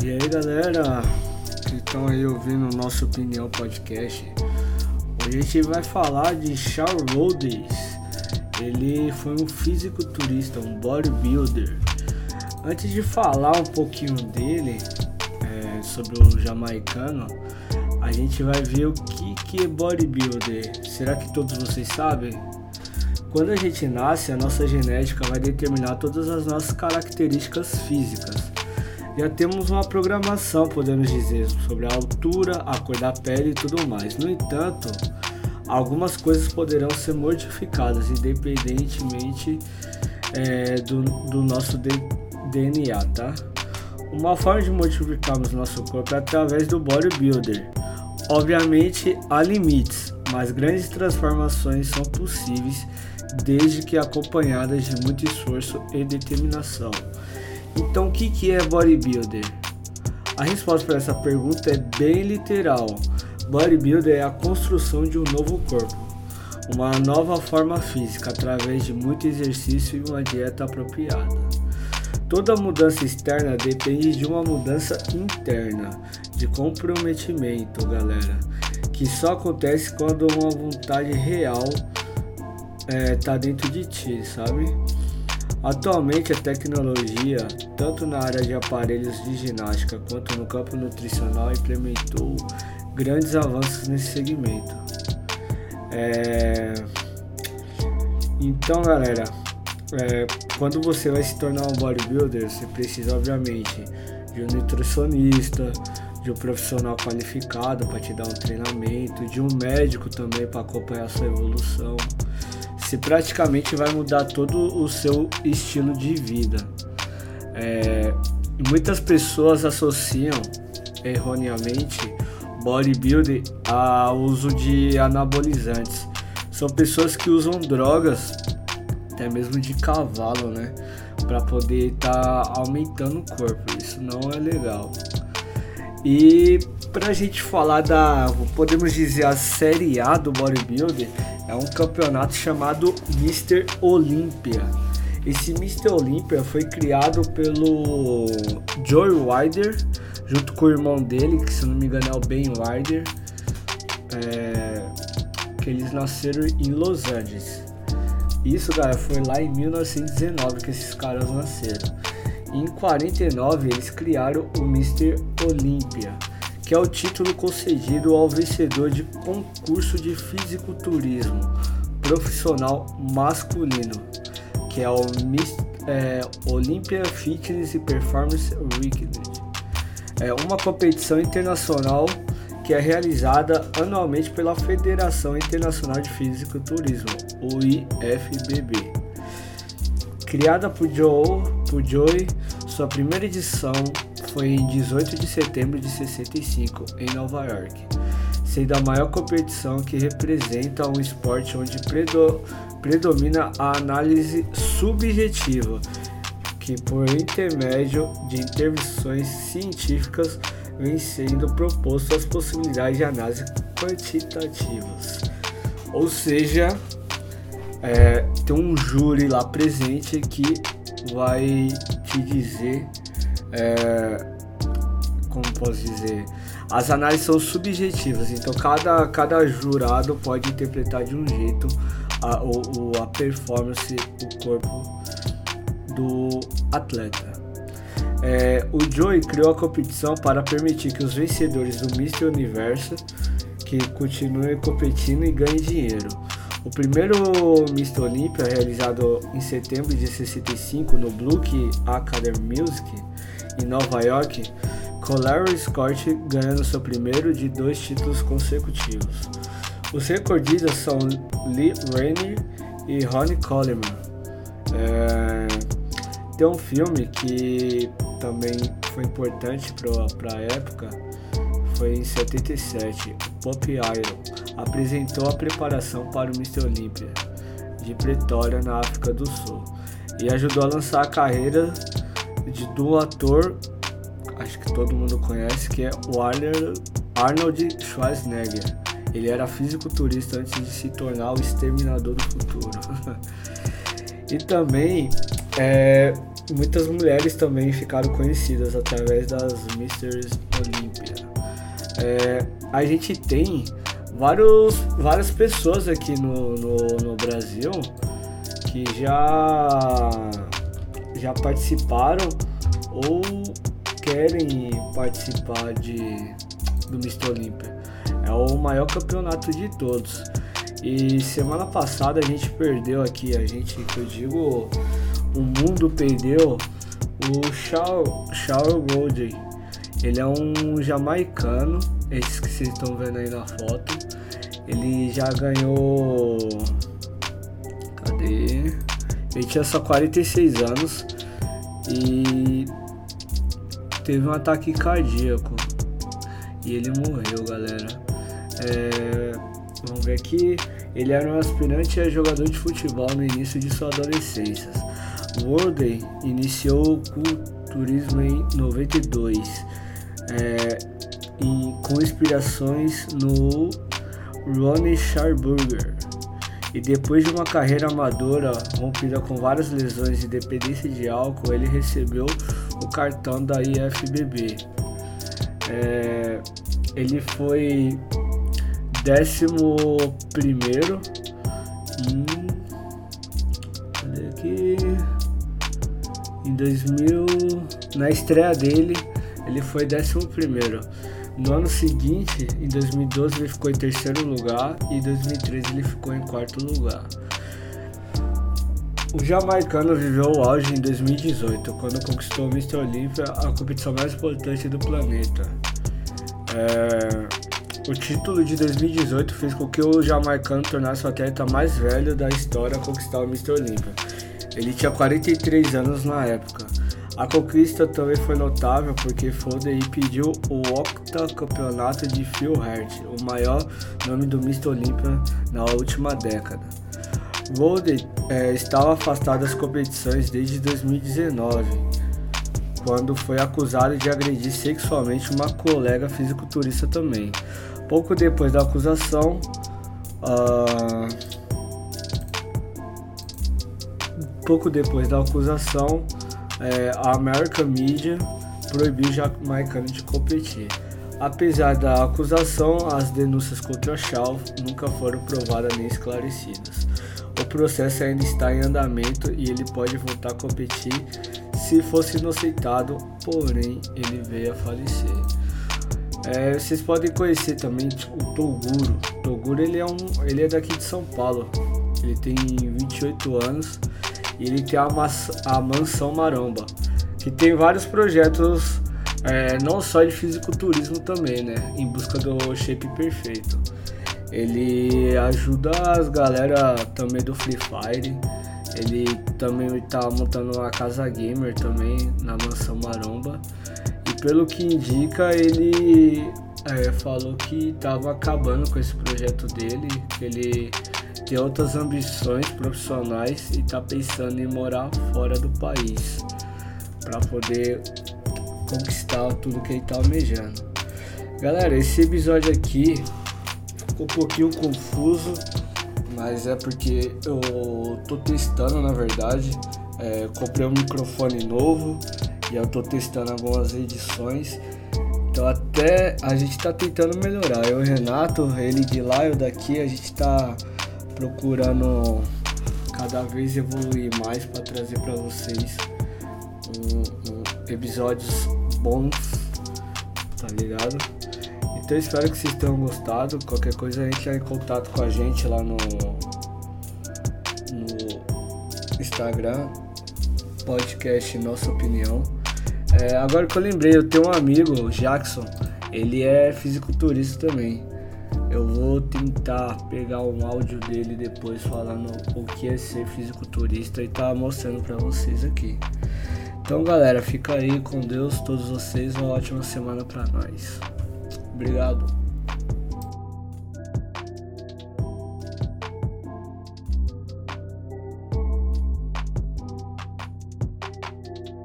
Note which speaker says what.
Speaker 1: E aí galera que estão aí ouvindo o nosso Opinião Podcast, hoje a gente vai falar de Shawn Rhodes. Ele foi um fisiculturista, um bodybuilder. Antes de falar um pouquinho dele, sobre o jamaicano, a gente vai ver o que é bodybuilder. Será que todos vocês sabem? Quando a gente nasce, a nossa genética vai determinar todas as nossas características físicas. Já temos uma programação, podemos dizer, sobre a altura, a cor da pele e tudo mais. No entanto, algumas coisas poderão ser modificadas independentemente do nosso DNA, tá? Uma forma de modificarmos nosso corpo é através do bodybuilder. Obviamente, há limites, mas grandes transformações são possíveis desde que acompanhadas de muito esforço e determinação. Então, o que é bodybuilder? A resposta para essa pergunta é bem literal. Bodybuilder é a construção de um novo corpo, uma nova forma física através de muito exercício e uma dieta apropriada. Toda mudança externa depende de uma mudança interna, de comprometimento, galera, que só acontece quando uma vontade real tá dentro de ti, sabe? Atualmente a tecnologia, tanto na área de aparelhos de ginástica quanto no campo nutricional, implementou grandes avanços nesse segmento. Então galera, quando você vai se tornar um bodybuilder, você precisa obviamente de um nutricionista, de um profissional qualificado para te dar um treinamento, de um médico também para acompanhar a sua evolução. Você praticamente vai mudar todo o seu estilo de vida. Muitas pessoas associam erroneamente bodybuilding ao uso de anabolizantes. São pessoas que usam drogas, até mesmo de cavalo, né, para poder estar aumentando o corpo. Isso não é legal. E pra gente falar podemos dizer, a Série A do bodybuilder, é um campeonato chamado Mr. Olympia. Esse Mr. Olympia foi criado pelo Joey Wilder, junto com o irmão dele, que se não me engano é o Ben Wilder, que eles nasceram em Los Angeles. Isso, galera, foi lá em 1919 que esses caras nasceram. Em 49 eles criaram o Mr. Olympia, que é o título concedido ao vencedor de concurso de fisiculturismo profissional masculino, que é o Olympia Fitness and Performance Weekend. É uma competição internacional que é realizada anualmente pela Federação Internacional de Fisiculturismo, o IFBB. Criada por Joey, sua primeira edição foi em 18 de setembro de 65, em Nova York, sendo a maior competição que representa um esporte onde predomina a análise subjetiva, que por intermédio de intervenções científicas vem sendo proposto as possibilidades de análise quantitativas. Ou seja, tem um júri lá presente que vai te dizer, como posso dizer, as análises são subjetivas, então cada jurado pode interpretar de um jeito a performance, o corpo do atleta. O Joey criou a competição para permitir que os vencedores do Mr. Universo que continuem competindo e ganhem dinheiro. O primeiro Mr. Olympia, realizado em setembro de 65 no Blue Academy Music, em Nova York, com Larry Scott ganhando seu primeiro de 2 títulos consecutivos. Os recordistas são Lee Rainey e Ronnie Coleman. Tem um filme que também foi importante para a época, foi em 77, Pop Idol apresentou a preparação para o Mr. Olympia de Pretória, na África do Sul, e ajudou a lançar a carreira do ator, acho que todo mundo conhece, que é o Arnold Schwarzenegger. Ele era fisiculturista antes de se tornar o Exterminador do Futuro. E também muitas mulheres também ficaram conhecidas através das Mrs. Olympia. A gente tem várias pessoas aqui no Brasil que já participaram ou querem participar do Mr. Olympia. É o maior campeonato de todos. E semana passada a gente perdeu aqui, que eu digo, o mundo perdeu o Shaun Goldie. Ele é um jamaicano, esse que vocês estão vendo aí na foto. Ele já ganhou... Cadê? Ele tinha só 46 anos e teve um ataque cardíaco e ele morreu, galera. Vamos ver aqui. Ele era um aspirante a jogador de futebol no início de sua adolescência. Goldie iniciou o culturismo em 92, com inspirações no Ronnie Scharburger. E depois de uma carreira amadora rompida com várias lesões e dependência de álcool, ele recebeu o cartão da IFBB. Ele foi 11º em 2000, na estreia dele, ele foi 11º. No ano seguinte, em 2012, ele ficou em 3º lugar e em 2013 ele ficou em 4º lugar. O jamaicano viveu o auge em 2018, quando conquistou o Mr. Olympia, a competição mais importante do planeta. O título de 2018 fez com que o jamaicano tornasse o atleta mais velho da história a conquistar o Mr. Olympia. Ele tinha 43 anos na época. A conquista também foi notável porque Goldie pediu o octacampeonato de Phil Hart, o maior nome do Mr. Olympia na última década. Goldie estava afastado das competições desde 2019, quando foi acusado de agredir sexualmente uma colega fisiculturista também. Pouco depois da acusação, a American Media proibiu o jamaicano de competir. Apesar da acusação, as denúncias contra Shaun nunca foram provadas nem esclarecidas. O processo ainda está em andamento e ele pode voltar a competir se fosse inocentado, porém ele veio a falecer. Vocês podem conhecer também o Toguro. Toguro ele é daqui de São Paulo. Ele tem 28 anos. E ele tem a Mansão Maromba, que tem vários projetos, não só de fisiculturismo também, né, em busca do shape perfeito. Ele ajuda as galera também do Free Fire. Ele também tá montando uma casa gamer também na Mansão Maromba. E pelo que indica, ele falou que tava acabando com esse projeto dele, que ele tem outras ambições profissionais e tá pensando em morar fora do país para poder conquistar tudo que ele tá almejando. Galera, esse episódio aqui ficou um pouquinho confuso, mas é porque eu tô testando, na verdade. Comprei um microfone novo e eu tô testando algumas edições. Então até a gente tá tentando melhorar. Eu e o Renato, ele de lá, eu daqui, a gente tá procurando cada vez evoluir mais para trazer para vocês episódios bons, tá ligado? Então espero que vocês tenham gostado. Qualquer coisa entre em contato com a gente lá no Instagram, podcast Nossa Opinião. Agora que eu lembrei, eu tenho um amigo, o Jackson, ele é fisiculturista também. Eu vou tentar pegar um áudio dele depois falando o que é ser fisiculturista e tá mostrando pra vocês aqui. Então galera, fica aí com Deus, todos vocês, uma ótima semana pra nós. Obrigado.